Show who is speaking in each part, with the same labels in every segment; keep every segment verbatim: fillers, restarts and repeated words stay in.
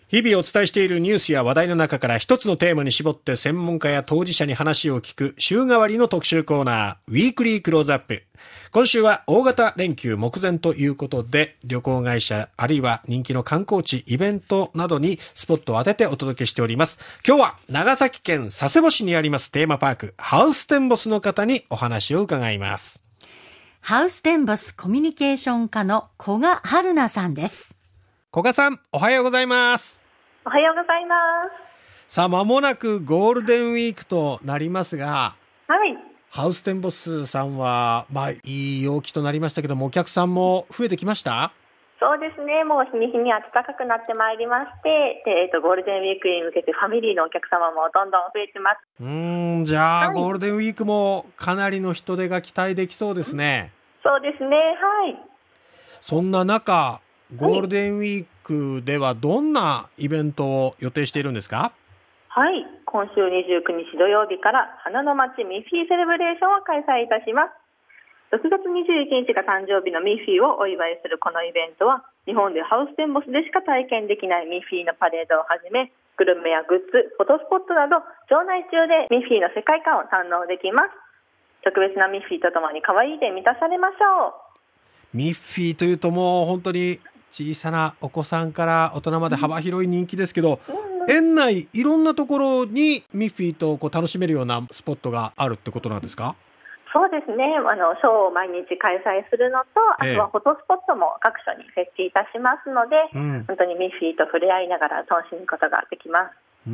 Speaker 1: 日々お伝えしているニュースや話題の中から一つのテーマに絞って専門家や当事者に話を聞く週替わりの特集コーナー、ウィークリークローズアップ。今週は大型連休目前ということで、旅行会社あるいは人気の観光地、イベントなどにスポットを当ててお届けしております。今日は長崎県佐世保市にありますテーマパーク、ハウステンボスの方にお話を伺います。
Speaker 2: ハウステンボスコミュニケーション課の古賀春奈さんです。
Speaker 1: 古賀さん、おはようございます。
Speaker 3: おはようございます。
Speaker 1: さあ、間もなくゴールデンウィークとなりますが、
Speaker 3: はい。
Speaker 1: ハウステンボスさんは、まあ、いい陽気となりましたけども、お客さんも増えてきました？
Speaker 3: そうですね。もう日に日に暖かくなってまいりまして、で、えっと、ゴールデンウィークに向けてファミリーのお客様もどんどん増えてます。
Speaker 1: うーん、じゃあ、
Speaker 3: はい、
Speaker 1: ゴールデンウィークもかなりの人手が期待できそうですね。
Speaker 3: そうですね。はい。
Speaker 1: そんな中、ゴールデンウィークではどんなイベントを予定しているんですか？
Speaker 3: はい。今週にじゅうくにち土曜日から花の町ミッフィーセレブレーションを開催いたします。ろくがつにじゅういちにちが誕生日のミッフィーをお祝いするこのイベントは、日本でハウステンボスでしか体験できないミッフィーのパレードをはじめ、グルメやグッズ、フォトスポットなど場内中でミッフィーの世界観を堪能できます。特別なミッフィーとともに可愛いで満たされましょう。
Speaker 1: ミッフィーというともう本当に小さなお子さんから大人まで幅広い人気ですけど、うん、園内いろんなところにミッフィーとこう楽しめるようなスポットがあるってことなんですか？
Speaker 3: そうですね。あのショーを毎日開催するのと、あとはフォトスポットも各所に設置いたしますので、ええ、本当にミッフィーと触れ合いながら楽しむことができます。
Speaker 1: うん、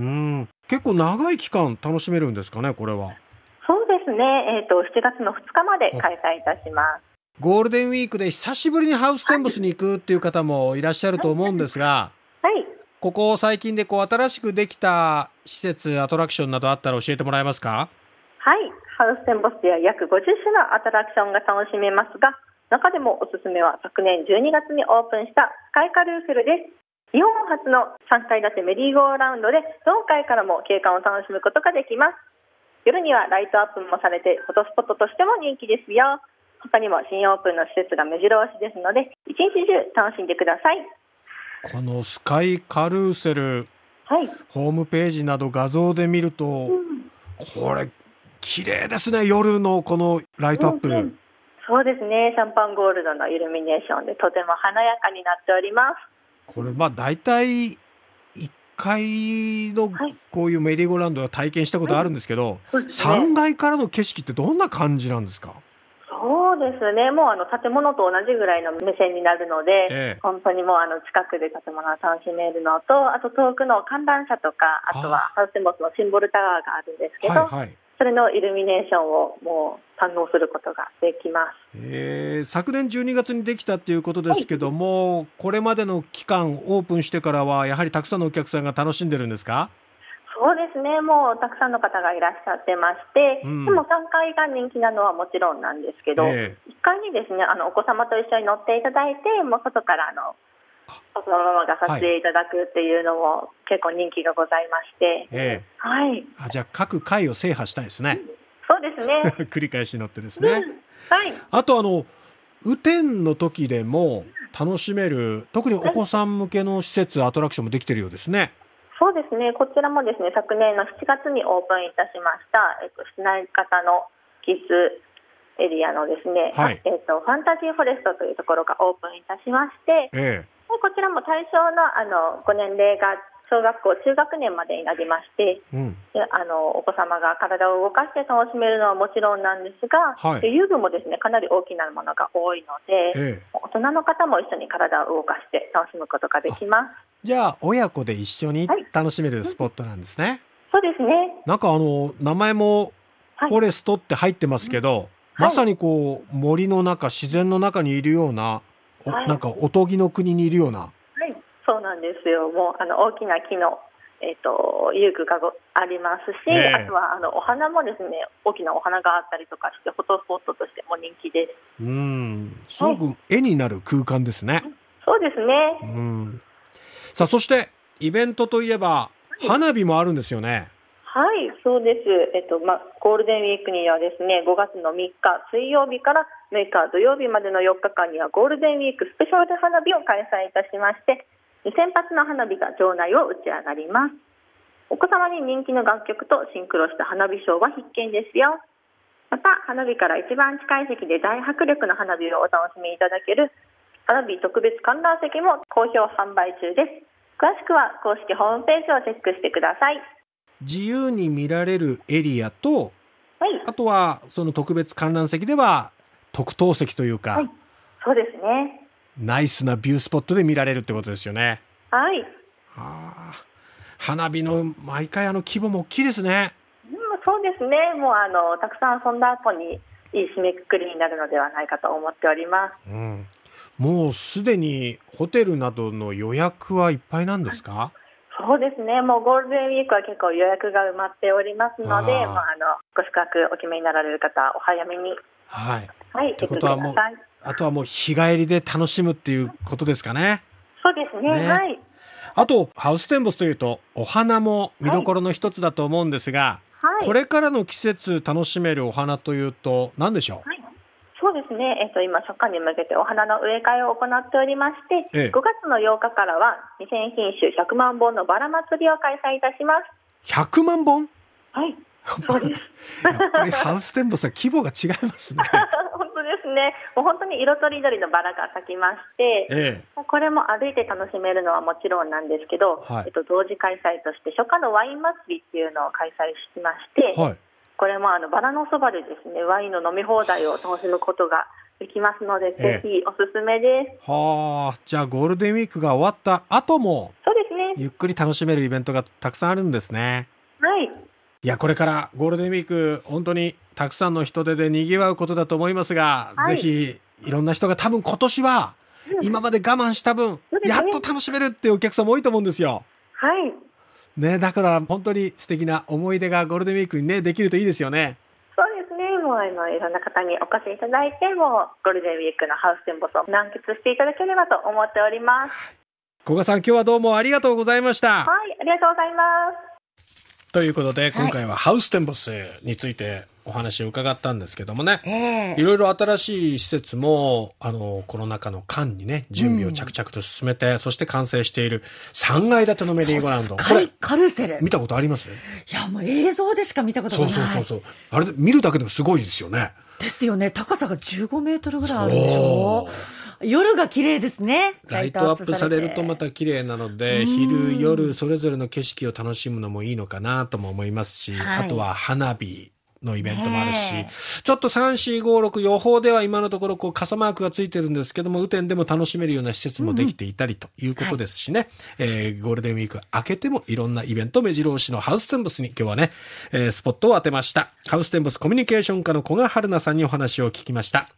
Speaker 1: 結構長い期間楽しめるんですかね、これは。
Speaker 3: そうですね。えーと、しちがつのふつかまで開催いたします。
Speaker 1: ゴールデンウィークで久しぶりにハウステンボスに行くっていう方もいらっしゃると思うんですが、
Speaker 3: はい、
Speaker 1: ここ最近でこう新しくできた施設、アトラクションなどあったら教えてもらえますか？
Speaker 3: はい、ハウステンボスでは約ごじゅっしゅのアトラクションが楽しめますが、中でもおすすめは昨年じゅうにがつにオープンしたスカイカルーセルです。日本初のさんかい建てメリーゴーラウンドでよんかいからも景観を楽しむことができます。夜にはライトアップもされてフォトスポットとしても人気ですよ。他にも新オープンの施設が目白押しですので、一日中楽しんでください。
Speaker 1: このスカイカルーセル、はい、ホームページなど画像で見ると、うん、これ綺麗ですね。夜のこのライトアップ、うんうん、
Speaker 3: そうですね。シャンパンゴールドのイルミネーションでとても華やかになっております。
Speaker 1: これまあだいたいいっかいのこういうメリーゴーラウンドは体験したことあるんですけど、はい、さんがいからの景色ってどんな感じなんですか？
Speaker 3: そうですね。もうあの建物と同じぐらいの目線になるので、ええ、本当にもうあの近くで建物を楽しめるのと、あと遠くの観覧車とか、あとはハウステンボスのシンボルタワーがあるんですけど、はいはい、それのイルミネーションをもう堪能することができます。
Speaker 1: えー、昨年じゅうにがつにできたということですけども、はい、これまでの期間オープンしてからはやはりたくさんのお客さんが楽しんでるんですか？
Speaker 3: そうですね。もうたくさんの方がいらっしゃってまして、うん、でもさんかいが人気なのはもちろんなんですけど、えー、いっかいにですね、あのお子様と一緒に乗っていただいて、もう外からあのそのままが撮影いただくっていうのも結構人気がございまして、えーはい、
Speaker 1: あ、じゃあ各回を制覇したいですね。
Speaker 3: そうですね。
Speaker 1: 繰り返し乗ってですね、うん、
Speaker 3: はい、
Speaker 1: あとあの雨天の時でも楽しめる、特にお子さん向けの施設、アトラクションもできてるようですね。
Speaker 3: そうですね。こちらもですね、昨年のしちがつにオープンいたしました、えっと、室内型のキッズエリアのですね、はい、えっと、ファンタジーフォレストというところがオープンいたしまして、ええ、こちらも対象の、あのご年齢が小学校中学年までになりまして、うん、であのお子様が体を動かして楽しめるのはもちろんなんですが、はい、遊具もですねかなり大きなものが多いので、ええ、大人の方も一緒に体を動かして楽しむことができます。
Speaker 1: じゃあ親子で一緒に楽しめるスポットなんですね。はい、
Speaker 3: そうですね。
Speaker 1: なんかあの名前もフォレストって入ってますけど、はい、まさにこう森の中、自然の中にいるような、はい、なんかおとぎの国にいるような、はい、
Speaker 3: そうなんですよ。もうあの大きな木の、えー、と遊具がありますし、ね、あとはあのお花もですね、大きなお花があったりとかしてフォトスポットとしても人気です。
Speaker 1: うん、すごく絵になる空間ですね。はい、
Speaker 3: そうですね。
Speaker 1: うん、さあそしてイベントといえば花火もあるんですよね。
Speaker 3: はい、そうです。えっとま、ゴールデンウィークにはですね、ごがつのみっか水曜日からむいか土曜日までのよっかかんにはゴールデンウィークスペシャル花火を開催いたしまして、 にせんぱつの花火が場内を打ち上がります。お子様に人気の楽曲とシンクロした花火ショーは必見ですよ。また花火から一番近い席で大迫力の花火をお楽しみいただける花火特別観覧席も好評販売中です。詳しくは公式ホームページをチェックしてください。
Speaker 1: 自由に見られるエリアと、
Speaker 3: はい、
Speaker 1: あとはその特別観覧席では特等席というか、
Speaker 3: はい、そうですね。
Speaker 1: ナイスなビュースポットで見られるってことですよね。
Speaker 3: はい。
Speaker 1: はあ、花火の毎回あの規模も大きいですね。
Speaker 3: うん、そうですね。もうあのたくさん遊んだ後にいい締めくくりになるのではないかと思っております。
Speaker 1: うん、もうすでにホテルなどの予約はいっぱいなんですか？
Speaker 3: そうですね。もうゴールデンウィークは結構予約が埋まっておりますので、あ、まあ、あのご宿泊お決めになられる方お早めに。
Speaker 1: はい。
Speaker 3: はい。
Speaker 1: ということはもうあとはもう日帰りで楽しむっていうことですかね。
Speaker 3: そうですね。ね、はい。
Speaker 1: あとハウステンボスというとお花も見どころの一つだと思うんですが、はい、これからの季節楽しめるお花というと何でしょう？はい、
Speaker 3: そうですね、えっと、今初夏に向けてお花の植え替えを行っておりまして、ええ、ごがつのようかからはにせんひんしゅひゃくまんぼんのバラ祭りを開催いたします。
Speaker 1: ひゃくまんぼん？
Speaker 3: はい、そうです。
Speaker 1: やっぱりハウステンボスは規模が違いますね。
Speaker 3: 本当ですね。もう本当に色とりどりのバラが咲きまして、ええ、これも歩いて楽しめるのはもちろんなんですけど、はい、えっと、同時開催として初夏のワイン祭りっていうのを開催しまして、はい、これもあのバラのそばでですね、ワインの飲み放題を楽しむことができますので、ええ、ぜひおすすめです。
Speaker 1: はあ、じゃあゴールデンウィークが終わった後も、
Speaker 3: そうですね、
Speaker 1: ゆっくり楽しめるイベントがたくさんあるんですね。
Speaker 3: はい。
Speaker 1: いや、これからゴールデンウィーク本当にたくさんの人手で賑わうことだと思いますが、はい、ぜひいろんな人が多分今年は今まで我慢した分、うん、やっと楽しめるっていうお客さんも多いと思うんですよ。
Speaker 3: はい。
Speaker 1: ね、だから本当に素敵な思い出がゴールデンウィークにねできるといいですよね。
Speaker 3: そうですね。もうあのいろんな方にお越しいただいてもゴールデンウィークのハウステンボスを満喫していただければと思っております。
Speaker 1: 古賀さん、今日はどうもありがとうございました。
Speaker 3: はい、ありがとうございます。
Speaker 1: ということで今回はハウステンボスについてお話を伺ったんですけどもね、えー、いろいろ新しい施設もあのコロナ禍の間にね準備を着々と進めて、うん、そして完成しているさんがい建てのメリーゴーランド、
Speaker 2: これカルーセル
Speaker 1: 見たことあります？い
Speaker 2: や、もう映像でしか見たことがない。
Speaker 1: そうそうそうそう、あれで見るだけでもすごいですよね。
Speaker 2: ですよね。高さがじゅうごメートルぐらいあるんでしょ。夜が綺麗ですね。
Speaker 1: ライトアップされるとまた綺麗なので、昼夜それぞれの景色を楽しむのもいいのかなとも思いますし、はい、あとは花火のイベントもあるし、ね、ちょっとさん、よん、ご、ろく予報では今のところこう傘マークがついてるんですけども、雨天でも楽しめるような施設もできていたりということですしね、うんうん、はい、えー、ゴールデンウィーク明けてもいろんなイベント目白押しのハウステンボスに今日はね、えー、スポットを当てました。ハウステンボスコミュニケーション課の古賀春菜さんにお話を聞きました。